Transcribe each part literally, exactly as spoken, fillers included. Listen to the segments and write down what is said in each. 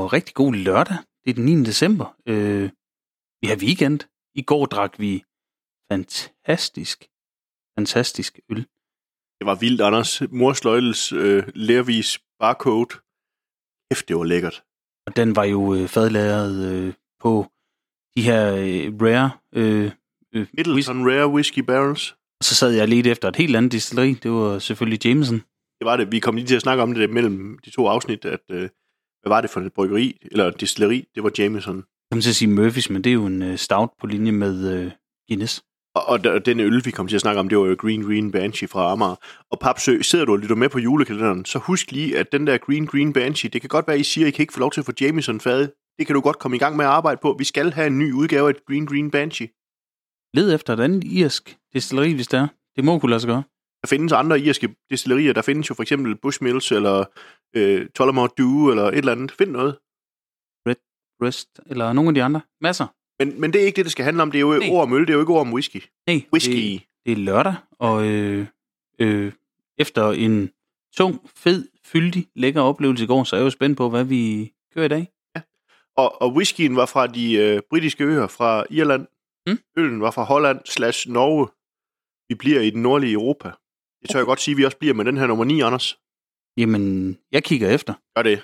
og rigtig god lørdag. Det er den niende december. Øh, vi har weekend. I går drak vi fantastisk, fantastisk øl. Det var vildt, Anders. Mors Løjtels øh, lærvis barcode. Kæft, det var lækkert. Og den var jo øh, fadlagret øh, på de her øh, rare... Øh, øh, Middleton Rare Whiskey Barrels. Og så sad jeg lidt efter et helt andet distilleri. Det var selvfølgelig Jameson. Det var det. Vi kom lige til at snakke om det mellem de to afsnit, at øh, hvad var det for et bryggeri, eller distilleri? Det var Jameson. Jeg kan til at sige Murphys, men det er jo en øh, stout på linje med øh, Guinness. Og, og, og den øl, vi kom til at snakke om, det var jo Green Green Banshee fra Amager. Og Papsø, sidder du og lytter med på julekalenderen, så husk lige, at den der Green Green Banshee, det kan godt være, I siger, I kan ikke få lov til at få Jameson fad. Det kan du godt komme i gang med at arbejde på. Vi skal have en ny udgave af Green Green Banshee. Led efter et andet irsk distilleri, hvis det er. Det må kunne lade sig gøre. Der findes andre irske destillerier. Der findes jo for eksempel Bushmills, eller øh, Tullamore Dew, eller et eller andet. Find noget. Red Breast, eller nogle af de andre. Masser. Men, men det er ikke det, det skal handle om. Det er jo Nej. ord om øl, det er jo ikke ord om whisky. Nej, whisky. Det, det er lørdag, og øh, øh, efter en tung, fed, fyldig, lækker oplevelse i går, så er jeg jo spændt på, hvad vi kører i dag. Ja. Og, og whiskyen var fra de øh, britiske øer, fra Irland. Mm. Øllen var fra Holland slash Norge. Vi bliver i den nordlige Europa. Det tør jeg godt sige, at vi også bliver med den her nummer ni, Anders. Jamen, jeg kigger efter. Gør det.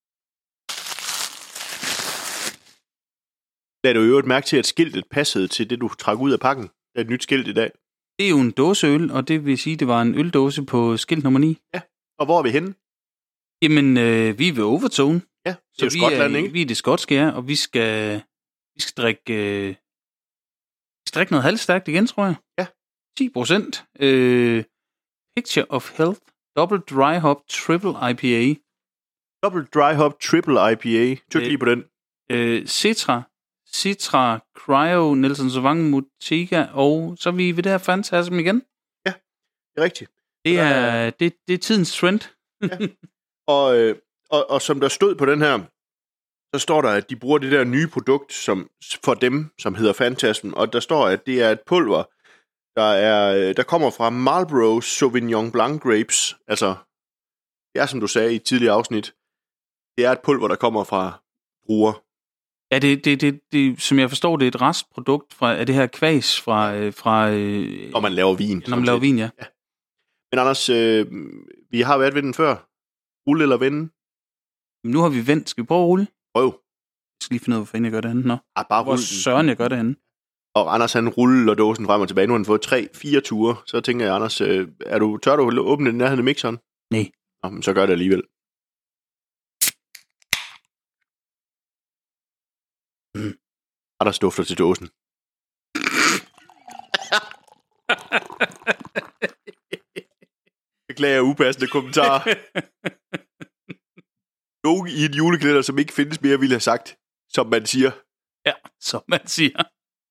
Lad du i øvrigt mærke til, at skiltet passede til det, du trak ud af pakken. Der er et nyt skilt i dag. Det er jo en dåseøl, og det vil sige, at det var en øldåse på skilt nummer ni. Ja, og hvor er vi henne? Jamen, øh, vi er ved Overtone. Ja, det så er jo Skotland, er, ikke? Vi er det skotske, ja, og vi skal, vi skal drikke, øh, vi skal drikke noget halvstærkt igen, tror jeg. Ja. ti procent. Øh, Picture of Health, Double Dry Hop, Triple I P A. Double Dry Hop, Triple I P A. Tyk lige på den. Øh, Citra, Citra, Cryo, Nelson Sauvignon, Mottega, og så er vi ved det her Phantasm igen. Ja, det er rigtigt. Det er, det, det er tidens trend. Ja. Og, øh, og, og som der stod på den her, så står der, at de bruger det der nye produkt som, for dem, som hedder Phantasm, og der står, at det er et pulver, der, er, der kommer fra Marlborough Sauvignon Blanc Grapes. Altså, det er som du sagde i et tidligere afsnit, det er et pulver, der kommer fra druer. Ja, det, det, det, det, som jeg forstår, det er et restprodukt fra, af det her kvæs fra... fra øh, når man laver vin. Når man laver vin, ja. ja. Men Anders, øh, vi har været ved den før. Rulle eller vende? Nu har vi vendt. Skal vi prøve at rulle? Prøv. Jeg skal lige finde ud af, hvor fanden jeg gør det henne. Nå. Ah, bare hvor søren jeg gør det henne. Og Anders, han ruller dåsen frem og tilbage. Nu har han fået tre, fire ture. Så tænker jeg, Anders, øh, er du, tør du åbne den nærheden af mixeren? Nej. Nå, men så gør det alligevel. Mm. Anders dufter til dåsen. Beklager upassende kommentarer. Nogen i et juleklæder, som ikke findes mere, ville have sagt, som man siger. Ja, som man siger.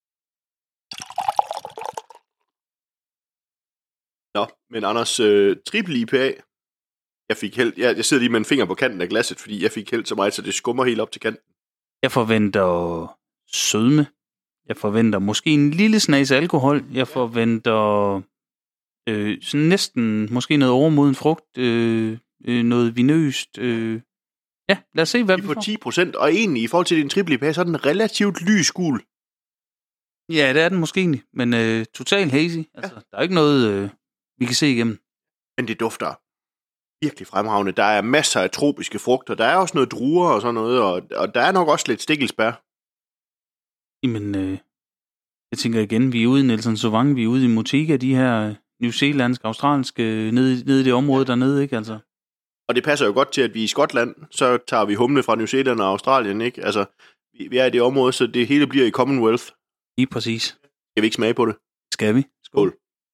Nå, men Anders, øh, triple I P A. Jeg fik held, jeg, jeg sidder lige med en finger på kanten af glasset, fordi jeg fik held så meget, så det skummer helt op til kanten. Jeg forventer sødme. Jeg forventer måske en lille snas alkohol. Jeg forventer øh, sådan næsten måske noget overmoden frugt. Øh, øh, noget vinøst. Øh. Ja, lad os se, hvad vi får. På ti procent, og egentlig i forhold til din triple I P A, så er den relativt lys gul. Ja, det er den måske egentlig, men øh, total hazy. Altså, ja. Der er ikke noget, øh, vi kan se igennem. Men det dufter virkelig fremragende. Der er masser af tropiske frugter. Der er også noget druer og sådan noget, og, og der er nok også lidt stikkelsbær. Jamen, øh, jeg tænker igen, vi er ude i Nelson Sauvignon, vi er ude i Mottega, de her New Zealandske, australske, nede, nede i det område ja. Dernede, ikke? Altså. Og det passer jo godt til, at vi er i Skotland, så tager vi humle fra New Zealand og Australien, ikke? Altså, vi, vi er i det område, så det hele bliver i Commonwealth. Lige præcis. Skal vi ikke smage på det? Skal vi? Skål.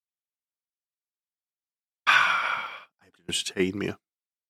Jeg bliver nødt til at tage en mere.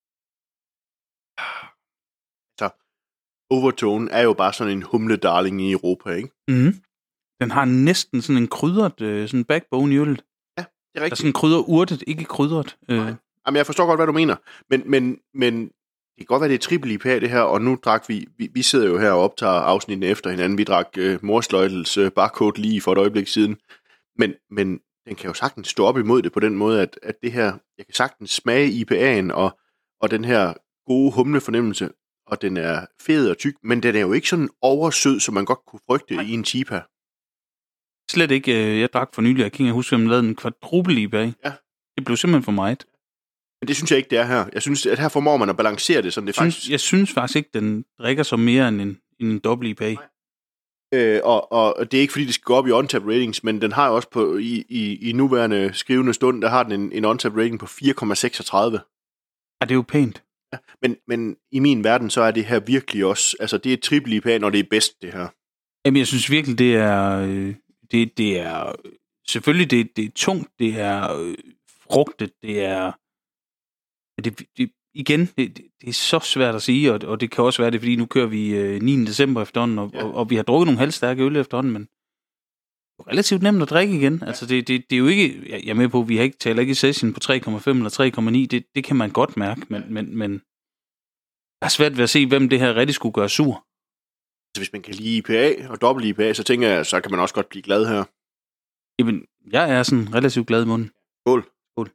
Så, Overtone er jo bare sådan en humle-darling i Europa, ikke? Mhm. Den har næsten sådan en krydret, øh, sådan en backbone i øllet. Ja, det er rigtigt. Der er sådan en krydderurtet, ikke krydret. Øh. Jamen, jeg forstår godt, hvad du mener. Men, men, men det kan godt være, det er triple I P A, det her, og nu drak vi, vi, vi sidder jo her og optager afsnittene efter hinanden. Vi drak øh, Mors Løjtels øh, barcode lige for et øjeblik siden. Men, men den kan jo sagtens stå op imod det på den måde, at, at det her, jeg kan sagtens smage I P A'en og, og den her gode humlefornemmelse, og den er fed og tyk, men den er jo ikke sådan oversød, som man godt kunne frygte Nej. i en Chipa. Slet ikke. Jeg drak for nylig, jeg kan ikke huske, at man lavede en kvadruppel I P A. Ja. Det blev simpelthen for meget. Men det synes jeg ikke, det er her. Jeg synes, at her formår man at balancere det, sådan det synes, faktisk... Jeg synes faktisk ikke, den drikker så mere end en, end en dobbelt I P A. Øh, og, og det er ikke, fordi det skal gå op i on-tap ratings, men den har jo også på, i, i, i nuværende skrivende stund, der har den en, en on-tap rating på fire komma seksogtredive. Ja, det er jo pænt. Ja, men, men i min verden, så er det her virkelig også... Altså, det er triple I P A, når det er bedst, det her. Jamen, jeg synes virkelig, det er... Det, det er... Selvfølgelig, det, det er tungt, det er øh, frugtet, det er... Det, det, igen, det, det er så svært at sige, og, og det kan også være det, fordi nu kører vi øh, niende december efterhånden, og, ja. og, og vi har drukket nogle halvstærke øl efterhånden, men det er relativt nemt at drikke igen. Ja. Altså, det, det, det er jo ikke... Jeg er med på, at vi har ikke, taler ikke i session på tre komma fem eller tre komma ni, det, det kan man godt mærke, men, ja. men, men jeg er svært ved at se, hvem det her rigtig skulle gøre sur. Altså, hvis man kan lide I P A og dobbelt I P A, så tænker jeg, så kan man også godt blive glad her. Jamen, jeg er sådan relativt glad i munden. Skål. Skål.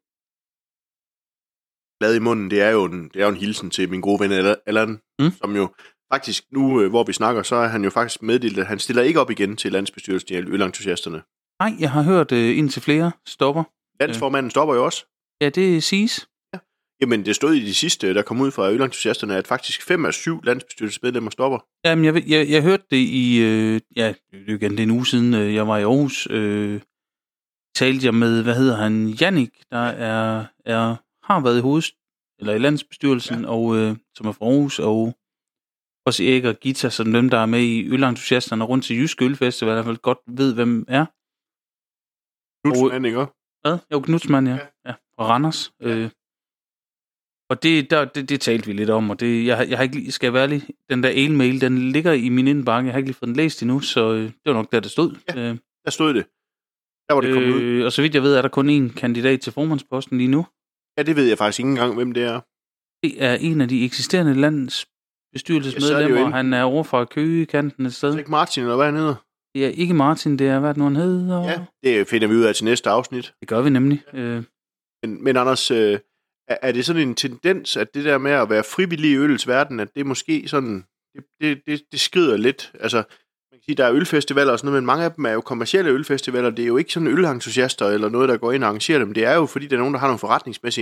Glad i munden, det er jo en, det er jo en hilsen til min gode ven Allan, mm. som jo faktisk nu, hvor vi snakker, så er han jo faktisk meddelt, at han stiller ikke op igen til landsbestyrelsen af ølentusiasterne. Nej, jeg har hørt uh, indtil flere stopper. Landsformanden stopper jo også. Ja, det siges. Ja. Jamen, det stod i de sidste, der kom ud fra ølentusiasterne, at faktisk fem af syv landsbestyrelsesmedlemmer stopper. Jamen, jeg, jeg, jeg hørte det i, øh, ja, igen, det er en uge siden, øh, jeg var i Aarhus, øh, talte jeg med, hvad hedder han, Jannik, der er, er har været i hovedst, eller i landsbestyrelsen, ja. og øh, som er fra Aarhus, og også Erik og Gita, som dem, der er med i ølentusiasterne rundt til Jysk Ølfestival, i hvert fald godt ved, hvem er. Knudsmand, ikke? Hvad? Jo, Knudsmand, ja. ja. ja. Fra Randers. Ja. Øh, og det, der, det, det talte vi lidt om, og det, jeg, jeg har ikke, skal jeg være ærlig, den der e-mail, den ligger i min indbakke, jeg har ikke lige fået den læst endnu, så øh, det var nok der, det stod. Ja, der stod det. Der var det kommet øh, ud. Og så vidt jeg ved, er der kun én kandidat til formandsposten lige nu. Ja, det ved jeg faktisk ikke engang, hvem det er. Det er en af de eksisterende landsbestyrelsesmedlemmer, ja, han er over fra Køgekanten et sted. Det er ikke Martin, eller hvad han hedder? Det er ikke Martin, det er, hvad nu han hedder. Ja, det finder vi ud af til næste afsnit. Det gør vi nemlig. Øh. Men, men Anders, øh, er det sådan en tendens, at det der med at være frivillig i ølets verden, at det måske sådan, det, det, det, det skrider lidt? Altså, man kan sige, der er ølfestivaler og sådan noget, men mange af dem er jo kommercielle ølfestivaler. Det er jo ikke sådan ølentusiaster eller noget, der går ind og arrangerer dem. Det er jo, fordi der er nogen, der har nogle forretningsmæssige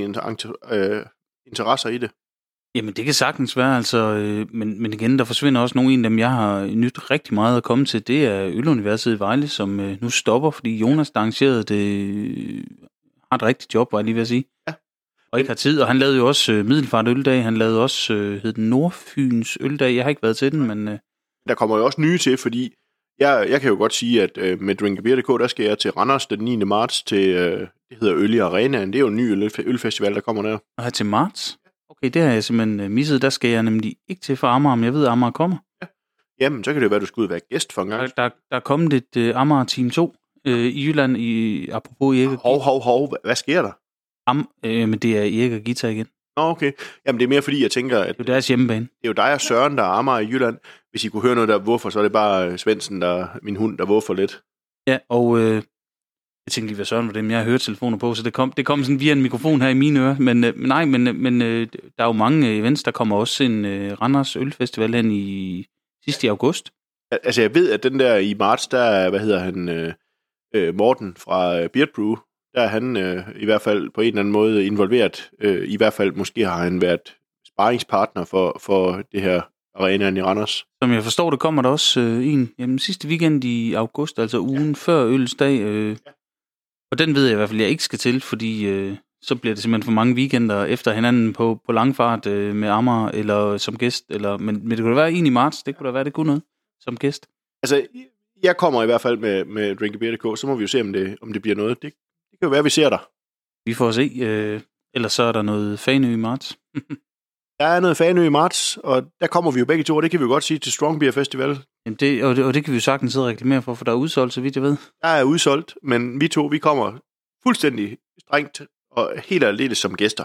interesser i det. Jamen, det kan sagtens være, altså, øh, men, men igen, der forsvinder også nogle af dem, jeg har nyt rigtig meget at komme til. Det er Øluniversitetet i Vejle, som øh, nu stopper, fordi Jonas, der arrangerede det, øh, har et rigtigt job, var jeg lige ved at sige. Ja. Og ikke har tid, og han lavede jo også øh, Middelfart Øldag, han lavede også, øh, hed den Nordfyns Øldag, jeg har ikke været til den, men... Øh... Der kommer jo også nye til, fordi jeg, jeg kan jo godt sige, at øh, med drinkabeer punktum d k, der skal jeg til Randers den niende marts til, øh, det hedder Øl i Arenaen, det er jo en ny øl, ølfestival, der kommer der. Og her til marts? Okay, det har jeg simpelthen misset. Der skal jeg nemlig ikke til for Amager, men jeg ved, at Amager kommer. Ja. Jamen, så kan det jo være, at du skal ud og være gæst for en gang. Der, der, der er kommet et uh, Amager Team to uh, i Jylland, i, apropos Erik og Gita. Hov, hov, hov. Hvad sker der? Am, øh, men det er Erik og Gita igen. Nå, okay. Jamen, det er mere fordi, jeg tænker, at... Det er jo deres hjemmebane. Det er jo dig og Søren, der er Amager i Jylland. Hvis I kunne høre noget der hvorfor, så er det bare Svendsen, der min hund, der hvorfor lidt. Ja, og... Øh, Jeg tænkte lige, hvad Søren var det, men jeg har hørt telefoner på, så det kom, det kom sådan via en mikrofon her i mine ører. Men øh, nej, men, men øh, der er jo mange events, der kommer også en øh, Randers Ølfestival hen i sidste i august. Altså jeg ved, at den der i marts, der er, hvad hedder han, øh, Morten fra øh, Beard Brew, der er han øh, i hvert fald på en eller anden måde involveret. Øh, I hvert fald måske har han været sparringspartner for, for det her arenaen i Randers. Som jeg forstår, det kommer der også øh, en jamen, sidste weekend i august, altså ugen ja. før Ølsdag. Øh, ja. Og den ved jeg i hvert fald, jeg ikke skal til, fordi øh, så bliver det simpelthen for mange weekender efter hinanden på, på langfart øh, med Amager eller som gæst. Eller, men, men det kunne da være en i marts, det kunne da være, det kunne noget som gæst. Altså, jeg kommer i hvert fald med, med drinkabeer punktum d k, så må vi jo se, om det, om det bliver noget. Det, det kan jo være, vi ser der. Vi får se. Øh, ellers så er der noget Fanø i marts. Der er noget Fanø i marts, og der kommer vi jo begge to, og det kan vi jo godt sige til Strong Beer Festival. Jamen det, og, det, og det kan vi jo sagtens sidde og reklamere for, for der er udsolgt, så vidt jeg ved. Der er udsolgt, men vi to, vi kommer fuldstændig strengt og helt aldeles som gæster.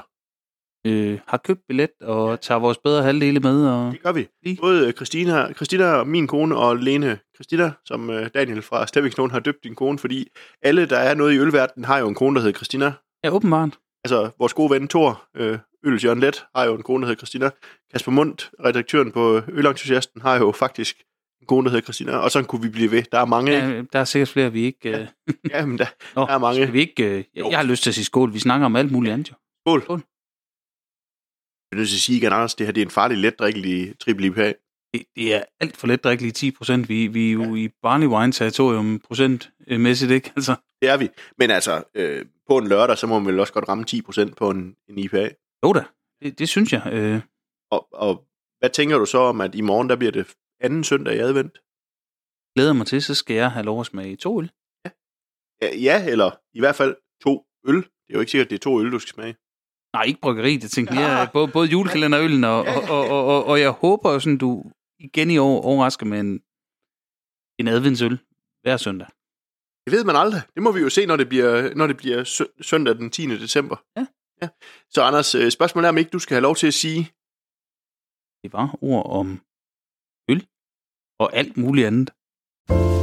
Øh, har købt billet og tager vores bedre halvdele med. Og... Det gør vi. Lige. Både Christina, Christina, min kone og Lene Christina, som Daniel fra Stepping Stone har døbt din kone, fordi alle, der er noget i ølverdenen, har jo en kone, der hedder Christina. Ja, åbenbart. Altså vores gode ven Thor, øh, Øls Jørgen Let, har jo en kone, der hedder Christina. Kasper Mundt, redaktøren på Ølentusiasten, har jo faktisk en kone, der hedder Christina. Og sådan kunne vi blive ved. Der er mange, ikke? Ja, der er sikkert flere, vi ikke... Ja, ja men der, Nå, der er mange. Skal vi ikke... Øh, jeg, jeg har lyst til at sige skål. Vi snakker om alt muligt andet, jo. Skål. Skål. Jeg vil nødt til at sige igen, Anders, det her det er en farlig letdrikkelig triple I P A. Det, det er alt for let drikkelige ti procent. Vi, vi er jo ja. i barley wine territorium procentmæssigt, ikke? Altså. Det er vi. Men altså, øh, på en lørdag, så må man vel også godt ramme ti procent på en, en I P A. Jo da, det, det synes jeg. Øh. Og, og hvad tænker du så om, at i morgen, der bliver det anden søndag i advent? Glæder mig til, så skal jeg have lov at smage to øl. Ja. ja, ja, eller i hvert fald to øl. Det er jo ikke sikkert, at det er to øl, du skal smage. Nej, ikke bryggeri, det tænker jeg. Både, både julekalenderøllen, og, og, og, og, og, og jeg håber, sådan du igen i år overrasker med en, en adventsøl hver søndag. Det ved man aldrig. Det må vi jo se, når det bliver, når det bliver sø- søndag den tiende december. Ja. ja. Så Anders, spørgsmålet er, om ikke du skal have lov til at sige... Det var ord om øl og alt muligt andet.